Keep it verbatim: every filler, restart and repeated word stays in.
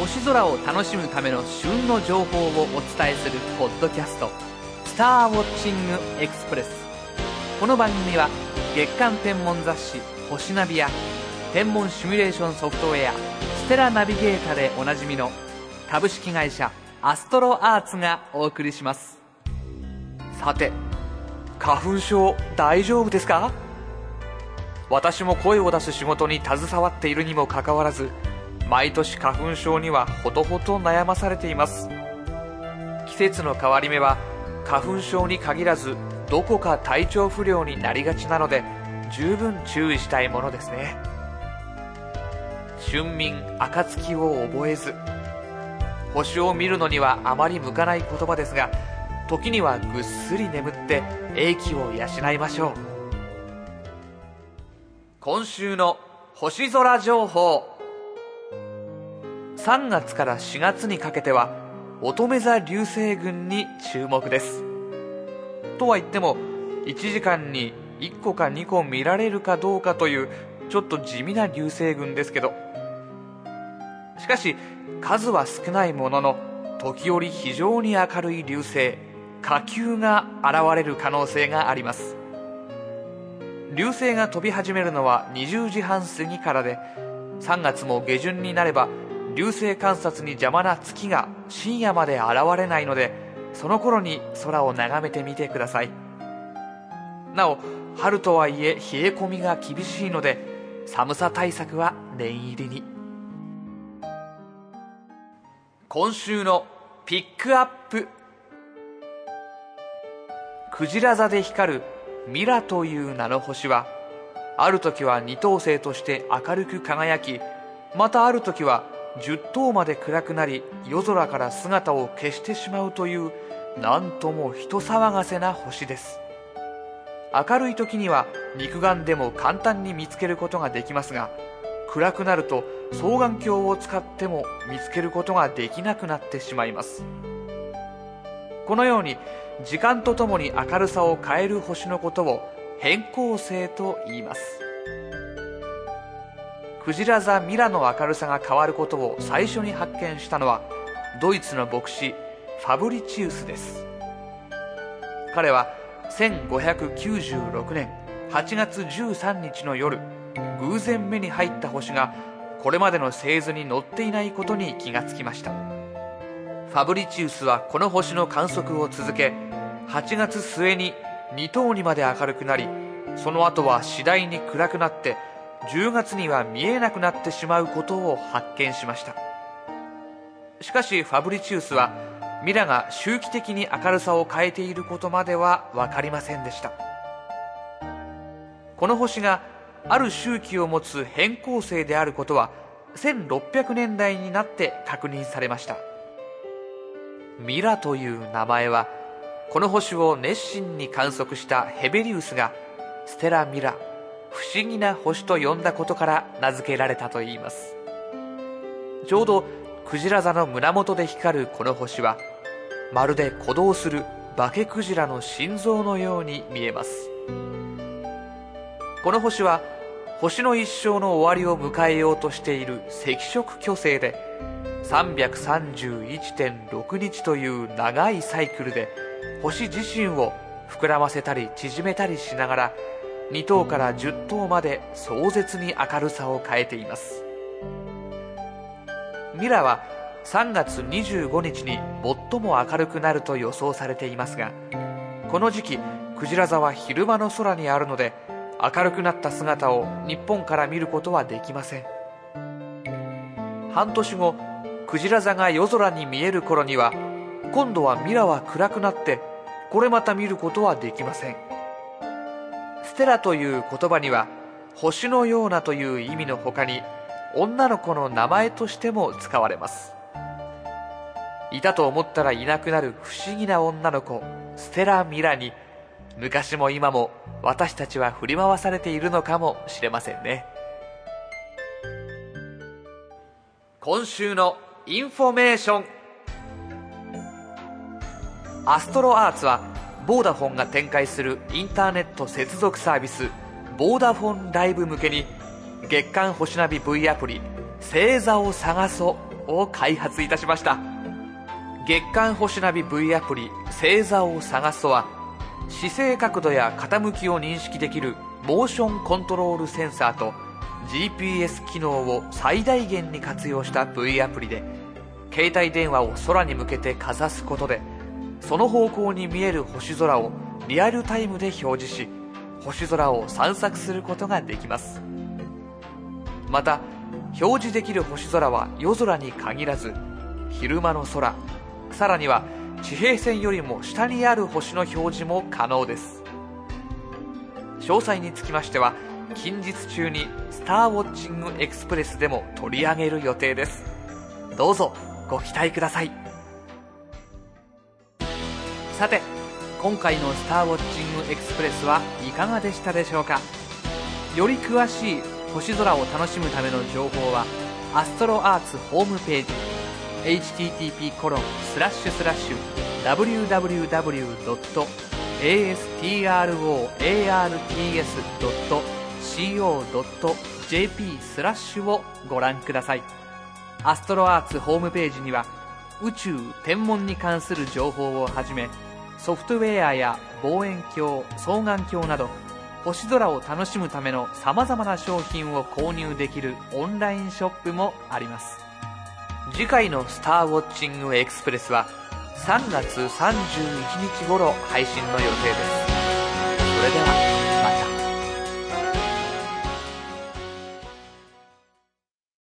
星空を楽しむための旬の情報をお伝えするポッドキャスト、スターウォッチングエクスプレス。この番組は月間天文雑誌星ナビや天文シミュレーションソフトウェアステラナビゲータでおなじみの株式会社アストロアーツがお送りします。さて、花粉症大丈夫ですか？私も声を出す仕事に携わっているにもかかわらず、毎年花粉症にはほとほと悩まされています。季節の変わり目は花粉症に限らずどこか体調不良になりがちなので、十分注意したいものですね。春眠暁を覚えず、星を見るのにはあまり向かない言葉ですが、時にはぐっすり眠って英気を養いましょう。今週の星空情報。さんがつからしがつにかけては乙女座流星群に注目です。とは言ってもいちじかんにいっこかにこ見られるかどうかというちょっと地味な流星群ですけど、しかし数は少ないものの、時折非常に明るい流星火球が現れる可能性があります。流星が飛び始めるのはにじゅうじはん過ぎからで、さんがつも下旬になれば流星観察に邪魔な月が深夜まで現れないので、その頃に空を眺めてみてください。なお、春とはいえ冷え込みが厳しいので、寒さ対策は念入りに。今週のピックアップ。クジラ座で光るミラという名の星は、ある時は二等星として明るく輝き、またある時は十等まで暗くなり、夜空から姿を消してしまうという、なんとも人騒がせな星です。明るい時には肉眼でも簡単に見つけることができますが、暗くなると双眼鏡を使っても見つけることができなくなってしまいます。このように時間とともに明るさを変える星のことを変光星と言います。クジラ座ミラの明るさが変わることを最初に発見したのはドイツの牧師ファブリチウスです。彼はせんごひゃくきゅうじゅうろくねんはちがつじゅうさんにちの夜、偶然目に入った星がこれまでの星図に載っていないことに気がつきました。ファブリチウスはこの星の観測を続け、はちがつ末にに等にまで明るくなり、その後は次第に暗くなってじゅうがつには見えなくなってしまうことを発見しました。しかしファブリチウスはミラが周期的に明るさを変えていることまでは分かりませんでした。この星がある周期を持つ変光星であることはせんろっぴゃくねんだいになって確認されました。ミラという名前はこの星を熱心に観測したヘベリウスがステラミラ、不思議な星と呼んだことから名付けられたといいます。ちょうどクジラ座の胸元で光るこの星は、まるで鼓動するバケクジラの心臓のように見えます。この星は星の一生の終わりを迎えようとしている赤色巨星で、さんびゃくさんじゅういってんろくにちという長いサイクルで星自身を膨らませたり縮めたりしながらに等からじゅっ等まで壮絶に明るさを変えています。ミラはさんがつにじゅうごにちに最も明るくなると予想されていますが、この時期クジラ座は昼間の空にあるので、明るくなった姿を日本から見ることはできません。半年後、クジラ座が夜空に見える頃には今度はミラは暗くなって、これまた見ることはできません。ステラという言葉には星のようなという意味の他に、女の子の名前としても使われます。いたと思ったらいなくなる不思議な女の子ステラミラに、昔も今も私たちは振り回されているのかもしれませんね。今週のインフォメーション。アストロアーツはボーダフォンが展開するインターネット接続サービスボーダフォンライブ向けに月刊星ナビ ブイ アプリ星座を探そを開発いたしました。月間星ナビ V アプリ星座を探すとは、姿勢角度や傾きを認識できるモーションコントロールセンサーと ジーピーエス 機能を最大限に活用した V アプリで、携帯電話を空に向けてかざすことで、その方向に見える星空をリアルタイムで表示し、星空を散策することができます。また表示できる星空は夜空に限らず、昼間の空、さらには地平線よりも下にある星の表示も可能です。詳細につきましては近日中にスターウォッチングエクスプレスでも取り上げる予定です。どうぞご期待ください。さて、今回のスターウォッチングエクスプレスはいかがでしたでしょうか。より詳しい星空を楽しむための情報はアストロアーツホームページ エイチティーティーピーコロンスラッシュスラッシュダブリューダブリューダブリュードットエーエストロアールティーエスドットシーオードットジェーピー スラッシュをご覧ください。アストロアーツホームページには宇宙天文に関する情報をはじめ、ソフトウェアや望遠鏡、双眼鏡など星空を楽しむためのさまざまな商品を購入できるオンラインショップもあります。次回のスターウォッチングエクスプレスはさんがつさんじゅういちにち頃配信の予定です。それでは。